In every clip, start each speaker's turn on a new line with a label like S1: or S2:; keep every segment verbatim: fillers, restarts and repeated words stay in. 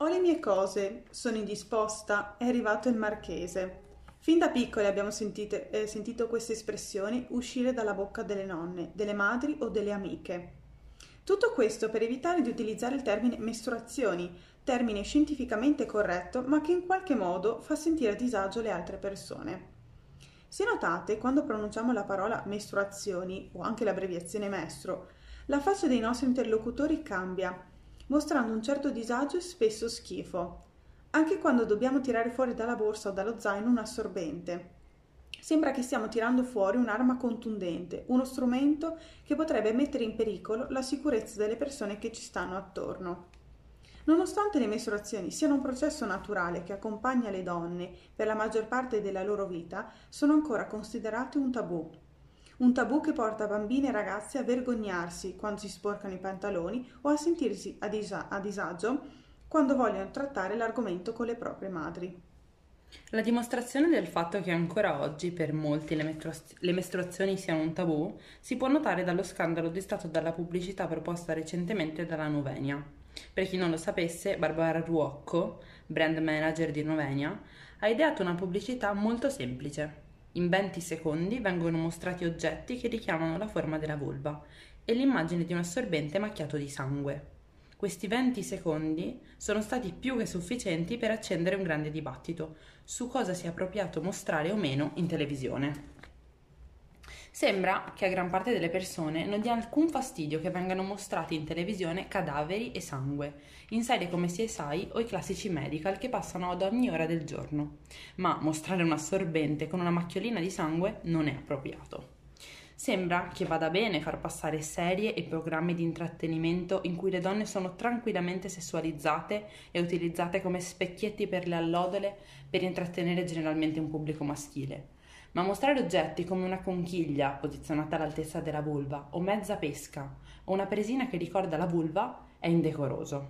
S1: Ho le mie cose, sono indisposta, è arrivato il marchese. Fin da piccole abbiamo sentite- eh, sentito queste espressioni uscire dalla bocca delle nonne, delle madri o delle amiche. Tutto questo per evitare di utilizzare il termine mestruazioni, termine scientificamente corretto, ma che in qualche modo fa sentire a disagio le altre persone. Se notate, quando pronunciamo la parola mestruazioni o anche l'abbreviazione mestro, la faccia dei nostri interlocutori cambia, mostrando un certo disagio e spesso schifo. Anche quando dobbiamo tirare fuori dalla borsa o dallo zaino un assorbente. Sembra che stiamo tirando fuori un'arma contundente, uno strumento che potrebbe mettere in pericolo la sicurezza delle persone che ci stanno attorno. Nonostante le mestruazioni siano un processo naturale che accompagna le donne per la maggior parte della loro vita, sono ancora considerate un tabù. Un tabù che porta bambine e ragazze a vergognarsi quando si sporcano i pantaloni o a sentirsi a, disa- a disagio quando vogliono trattare l'argomento con le proprie madri.
S2: La dimostrazione del fatto che ancora oggi per molti le, mestruaz- le mestruazioni siano un tabù si può notare dallo scandalo destato dalla pubblicità proposta recentemente dalla Nuvenia. Per chi non lo sapesse, Barbara Ruocco, brand manager di Nuvenia, ha ideato una pubblicità molto semplice. In venti secondi vengono mostrati oggetti che richiamano la forma della vulva e l'immagine di un assorbente macchiato di sangue. Questi venti secondi sono stati più che sufficienti per accendere un grande dibattito su cosa sia appropriato mostrare o meno in televisione. Sembra che a gran parte delle persone non dia alcun fastidio che vengano mostrati in televisione cadaveri e sangue, in serie come C S I o i classici medical che passano ad ogni ora del giorno, ma mostrare un assorbente con una macchiolina di sangue non è appropriato. Sembra che vada bene far passare serie e programmi di intrattenimento in cui le donne sono tranquillamente sessualizzate e utilizzate come specchietti per le allodole per intrattenere generalmente un pubblico maschile. Ma mostrare oggetti come una conchiglia posizionata all'altezza della vulva o mezza pesca o una presina che ricorda la vulva è indecoroso.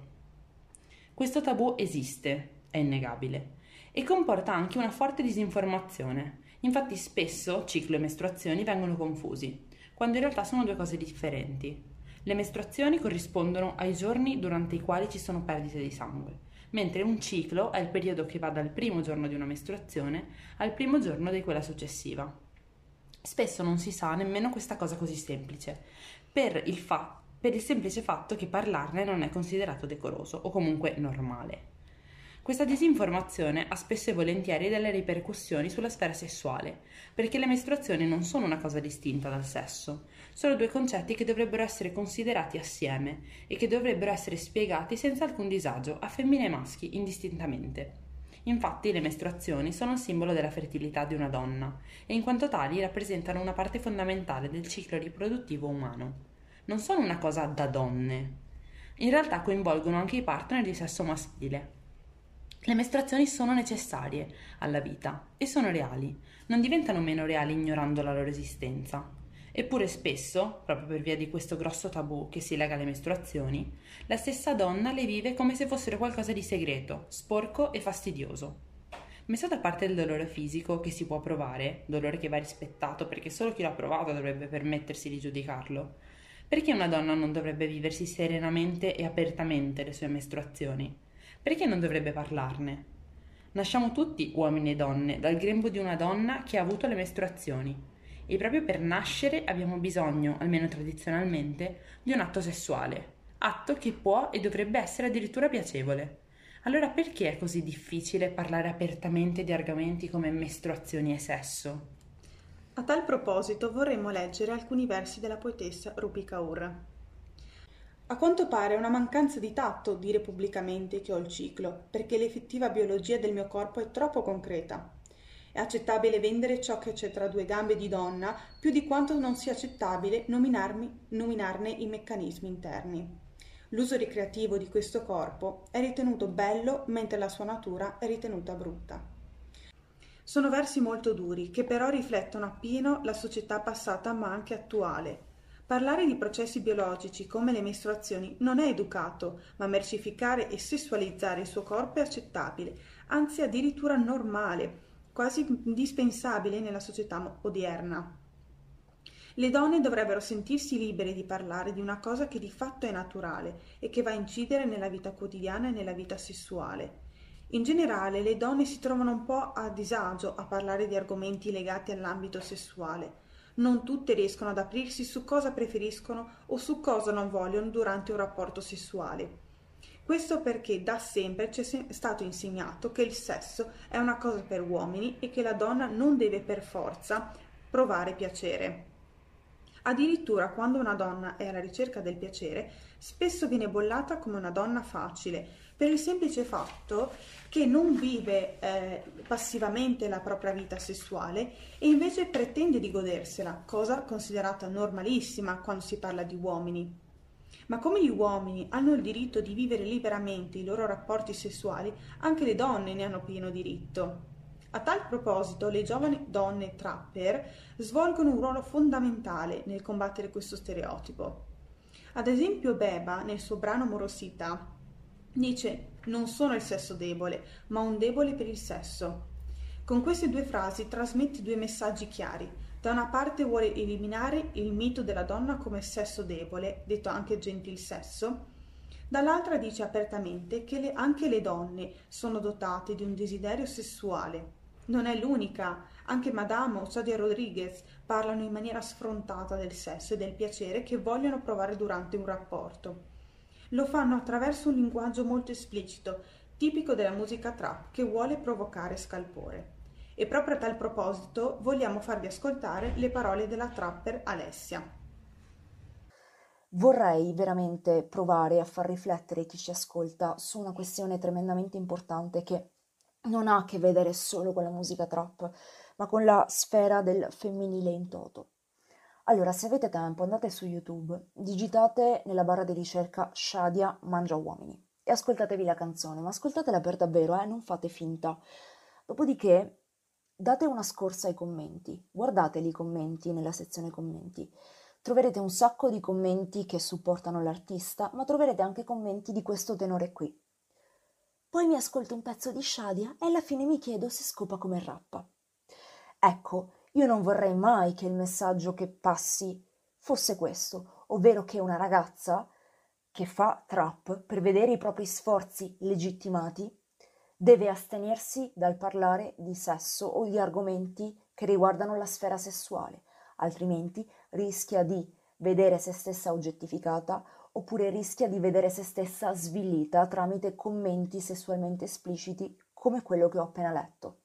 S2: Questo tabù esiste, è innegabile, e comporta anche una forte disinformazione. Infatti spesso ciclo e mestruazioni vengono confusi, quando in realtà sono due cose differenti. Le mestruazioni corrispondono ai giorni durante i quali ci sono perdite di sangue, mentre un ciclo è il periodo che va dal primo giorno di una mestruazione al primo giorno di quella successiva. Spesso non si sa nemmeno questa cosa così semplice, per il, fa- per il semplice fatto che parlarne non è considerato decoroso o comunque normale. Questa disinformazione ha spesso e volentieri delle ripercussioni sulla sfera sessuale, perché le mestruazioni non sono una cosa distinta dal sesso, sono due concetti che dovrebbero essere considerati assieme e che dovrebbero essere spiegati senza alcun disagio a femmine e maschi indistintamente. Infatti le mestruazioni sono il simbolo della fertilità di una donna e in quanto tali rappresentano una parte fondamentale del ciclo riproduttivo umano. Non sono una cosa da donne. In realtà coinvolgono anche i partner di sesso maschile. Le mestruazioni sono necessarie alla vita e sono reali, non diventano meno reali ignorando la loro esistenza. Eppure spesso, proprio per via di questo grosso tabù che si lega alle mestruazioni, la stessa donna le vive come se fossero qualcosa di segreto, sporco e fastidioso. Messo da parte il dolore fisico che si può provare, dolore che va rispettato perché solo chi l'ha provato dovrebbe permettersi di giudicarlo, perché una donna non dovrebbe viversi serenamente e apertamente le sue mestruazioni? Perché non dovrebbe parlarne? Nasciamo tutti, uomini e donne, dal grembo di una donna che ha avuto le mestruazioni e proprio per nascere abbiamo bisogno, almeno tradizionalmente, di un atto sessuale, atto che può e dovrebbe essere addirittura piacevole. Allora perché è così difficile parlare apertamente di argomenti come mestruazioni e sesso?
S1: A tal proposito vorremmo leggere alcuni versi della poetessa Rupi Kaur. A quanto pare è una mancanza di tatto dire pubblicamente che ho il ciclo, perché l'effettiva biologia del mio corpo è troppo concreta. È accettabile vendere ciò che c'è tra due gambe di donna più di quanto non sia accettabile nominarmi, nominarne i meccanismi interni. L'uso ricreativo di questo corpo è ritenuto bello mentre la sua natura è ritenuta brutta. Sono versi molto duri che però riflettono appieno la società passata ma anche attuale. Parlare di processi biologici come le mestruazioni non è educato, ma mercificare e sessualizzare il suo corpo è accettabile, anzi addirittura normale, quasi indispensabile nella società odierna. Le donne dovrebbero sentirsi libere di parlare di una cosa che di fatto è naturale e che va a incidere nella vita quotidiana e nella vita sessuale. In generale, le donne si trovano un po' a disagio a parlare di argomenti legati all'ambito sessuale. Non tutte riescono ad aprirsi su cosa preferiscono o su cosa non vogliono durante un rapporto sessuale. Questo perché da sempre ci è stato insegnato che il sesso è una cosa per uomini e che la donna non deve per forza provare piacere. Addirittura quando una donna è alla ricerca del piacere, spesso viene bollata come una donna facile, per il semplice fatto che non vive eh, passivamente la propria vita sessuale e invece pretende di godersela, cosa considerata normalissima quando si parla di uomini. Ma come gli uomini hanno il diritto di vivere liberamente i loro rapporti sessuali, anche le donne ne hanno pieno diritto. A tal proposito, le giovani donne trapper svolgono un ruolo fondamentale nel combattere questo stereotipo. Ad esempio, Beba, nel suo brano Morosità, dice: "Non sono il sesso debole, ma un debole per il sesso". Con queste due frasi trasmette due messaggi chiari. Da una parte vuole eliminare il mito della donna come sesso debole, detto anche gentil sesso. Dall'altra dice apertamente che le, anche le donne sono dotate di un desiderio sessuale. Non è l'unica, anche Madame o Sadia Rodriguez parlano in maniera sfrontata del sesso e del piacere che vogliono provare durante un rapporto. Lo fanno attraverso un linguaggio molto esplicito, tipico della musica trap, che vuole provocare scalpore. E proprio a tal proposito vogliamo farvi ascoltare le parole della trapper Alessia.
S3: Vorrei veramente provare a far riflettere chi ci ascolta su una questione tremendamente importante che non ha a che vedere solo con la musica trap, ma con la sfera del femminile in toto. Allora, se avete tempo, andate su YouTube, digitate nella barra di ricerca Shadia Mangia Uomini e ascoltatevi la canzone, ma ascoltatela per davvero, eh, non fate finta. Dopodiché date una scorsa ai commenti, guardateli i commenti nella sezione commenti. Troverete un sacco di commenti che supportano l'artista, ma troverete anche commenti di questo tenore qui. Poi mi ascolto un pezzo di Shadia e alla fine mi chiedo se scopa come rappa. Ecco, io non vorrei mai che il messaggio che passi fosse questo, ovvero che una ragazza che fa trap per vedere i propri sforzi legittimati deve astenersi dal parlare di sesso o di argomenti che riguardano la sfera sessuale, altrimenti rischia di vedere se stessa oggettificata oppure rischia di vedere se stessa svilita tramite commenti sessualmente espliciti come quello che ho appena letto.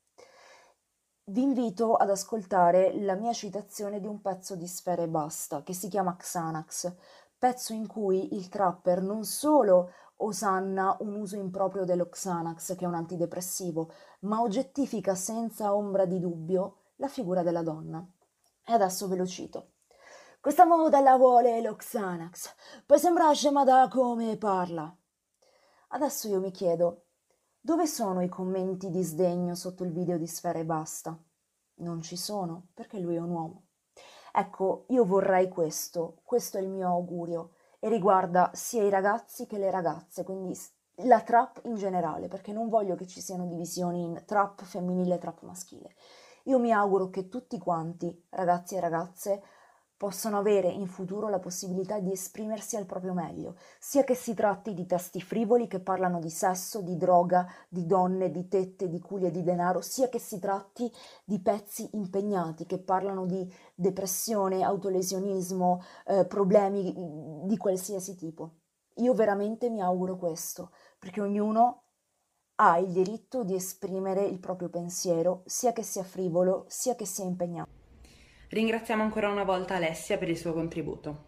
S3: Vi invito ad ascoltare la mia citazione di un pezzo di Sfera Ebbasta che si chiama Xanax, pezzo in cui il trapper non solo osanna un uso improprio dello Xanax, che è un antidepressivo, ma oggettifica senza ombra di dubbio la figura della donna. E adesso ve lo cito. Questa moda la vuole lo Xanax, poi sembra scema da come parla. Adesso io mi chiedo, dove sono i commenti di sdegno sotto il video di Sfera Ebbasta? Non ci sono, perché lui è un uomo. Ecco, io vorrei questo, questo è il mio augurio, e riguarda sia i ragazzi che le ragazze, quindi la trap in generale, perché non voglio che ci siano divisioni in trap femminile e trap maschile. Io mi auguro che tutti quanti, ragazzi e ragazze, possano avere in futuro la possibilità di esprimersi al proprio meglio, sia che si tratti di testi frivoli che parlano di sesso, di droga, di donne, di tette, di culi e di denaro, sia che si tratti di pezzi impegnati che parlano di depressione, autolesionismo, eh, problemi di qualsiasi tipo. Io veramente mi auguro questo, perché ognuno ha il diritto di esprimere il proprio pensiero, sia che sia frivolo, sia che sia impegnato.
S2: Ringraziamo ancora una volta Alessia per il suo contributo.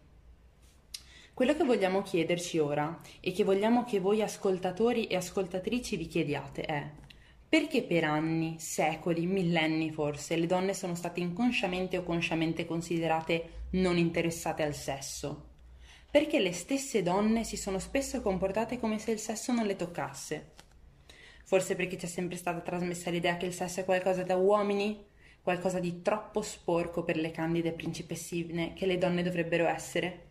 S2: Quello che vogliamo chiederci ora e che vogliamo che voi ascoltatori e ascoltatrici vi chiediate è: perché per anni, secoli, millenni forse, le donne sono state inconsciamente o consciamente considerate non interessate al sesso? Perché le stesse donne si sono spesso comportate come se il sesso non le toccasse? Forse perché c'è sempre stata trasmessa l'idea che il sesso è qualcosa da uomini? Qualcosa di troppo sporco per le candide principessine che le donne dovrebbero essere?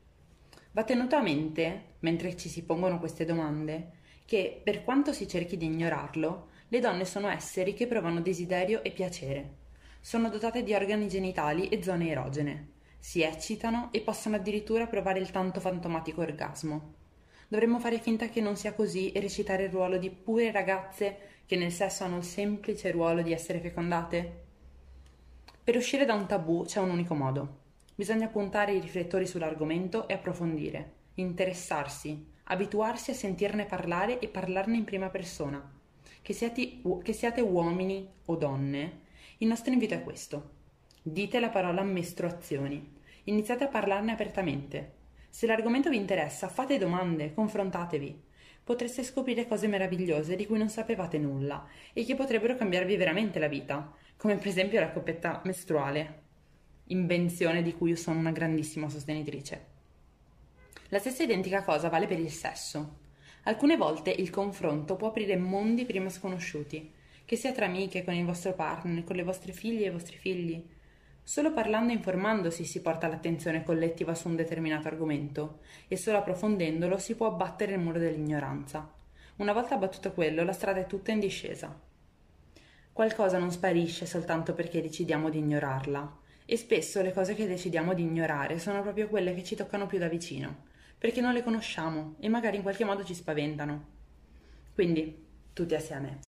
S2: Va tenuto a mente, mentre ci si pongono queste domande, che per quanto si cerchi di ignorarlo, le donne sono esseri che provano desiderio e piacere. Sono dotate di organi genitali e zone erogene. si eccitano e possono addirittura provare il tanto fantomatico orgasmo. Dovremmo fare finta che non sia così e recitare il ruolo di pure ragazze che nel sesso hanno il semplice ruolo di essere fecondate? Per uscire da un tabù c'è un unico modo. Bisogna puntare i riflettori sull'argomento e approfondire, interessarsi, abituarsi a sentirne parlare e parlarne in prima persona. Che siate, che siate uomini o donne, il nostro invito è questo. Dite la parola mestruazioni. Iniziate a parlarne apertamente. Se l'argomento vi interessa, fate domande, confrontatevi. Potreste scoprire cose meravigliose di cui non sapevate nulla e che potrebbero cambiarvi veramente la vita, come per esempio la coppetta mestruale, invenzione di cui io sono una grandissima sostenitrice. La stessa identica cosa vale per il sesso. Alcune volte il confronto può aprire mondi prima sconosciuti, che sia tra amiche, con il vostro partner, con le vostre figlie e i vostri figli. Solo parlando e informandosi si porta l'attenzione collettiva su un determinato argomento e solo approfondendolo si può abbattere il muro dell'ignoranza. Una volta abbattuto quello, la strada è tutta in discesa. Qualcosa non sparisce soltanto perché decidiamo di ignorarla e spesso le cose che decidiamo di ignorare sono proprio quelle che ci toccano più da vicino, perché non le conosciamo e magari in qualche modo ci spaventano. Quindi, tutti assieme.